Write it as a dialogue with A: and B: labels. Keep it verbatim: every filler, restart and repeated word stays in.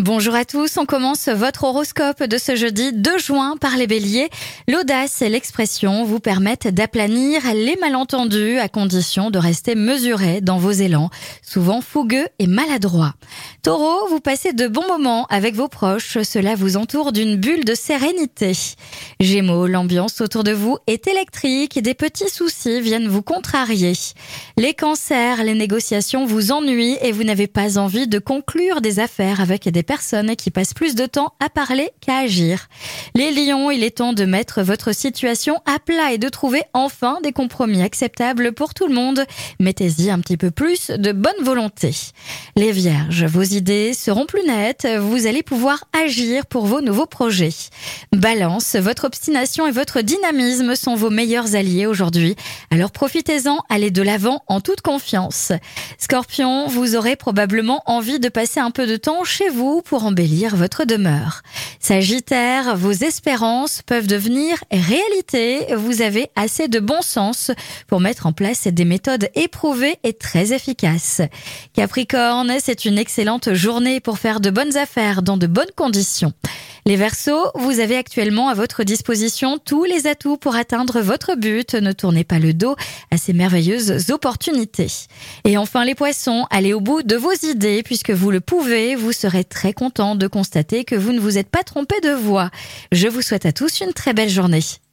A: Bonjour à tous, on commence votre horoscope de ce jeudi deux juin par les béliers. L'audace et l'expression vous permettent d'aplanir les malentendus à condition de rester mesuré dans vos élans, souvent fougueux et maladroits. Taureau, vous passez de bons moments avec vos proches, cela vous entoure d'une bulle de sérénité. Gémeaux, l'ambiance autour de vous est électrique et des petits soucis viennent vous contrarier. Les cancers, les négociations vous ennuient et vous n'avez pas envie de conclure des affaires avec des personnes qui passent plus de temps à parler qu'à agir. Les lions, il est temps de mettre votre situation à plat et de trouver enfin des compromis acceptables pour tout le monde. Mettez-y un petit peu plus de bonne volonté. Les vierges, vos idées seront plus nettes, vous allez pouvoir agir pour vos nouveaux projets. Balance, votre obstination et votre dynamisme sont vos meilleurs alliés aujourd'hui. Alors profitez-en, allez de l'avant en toute confiance. Scorpion, vous aurez probablement envie de passer un peu de temps chez vous pour embellir votre demeure. Sagittaire, vos espérances peuvent devenir réalité. Vous avez assez de bon sens pour mettre en place des méthodes éprouvées et très efficaces. Capricorne, c'est une excellente journée pour faire de bonnes affaires dans de bonnes conditions. Les Verseaux, vous avez actuellement à votre disposition tous les atouts pour atteindre votre but. Ne tournez pas le dos à ces merveilleuses opportunités. Et enfin les Poissons, allez au bout de vos idées puisque vous le pouvez. Vous serez très content de constater que vous ne vous êtes pas trompé de voie. Je vous souhaite à tous une très belle journée.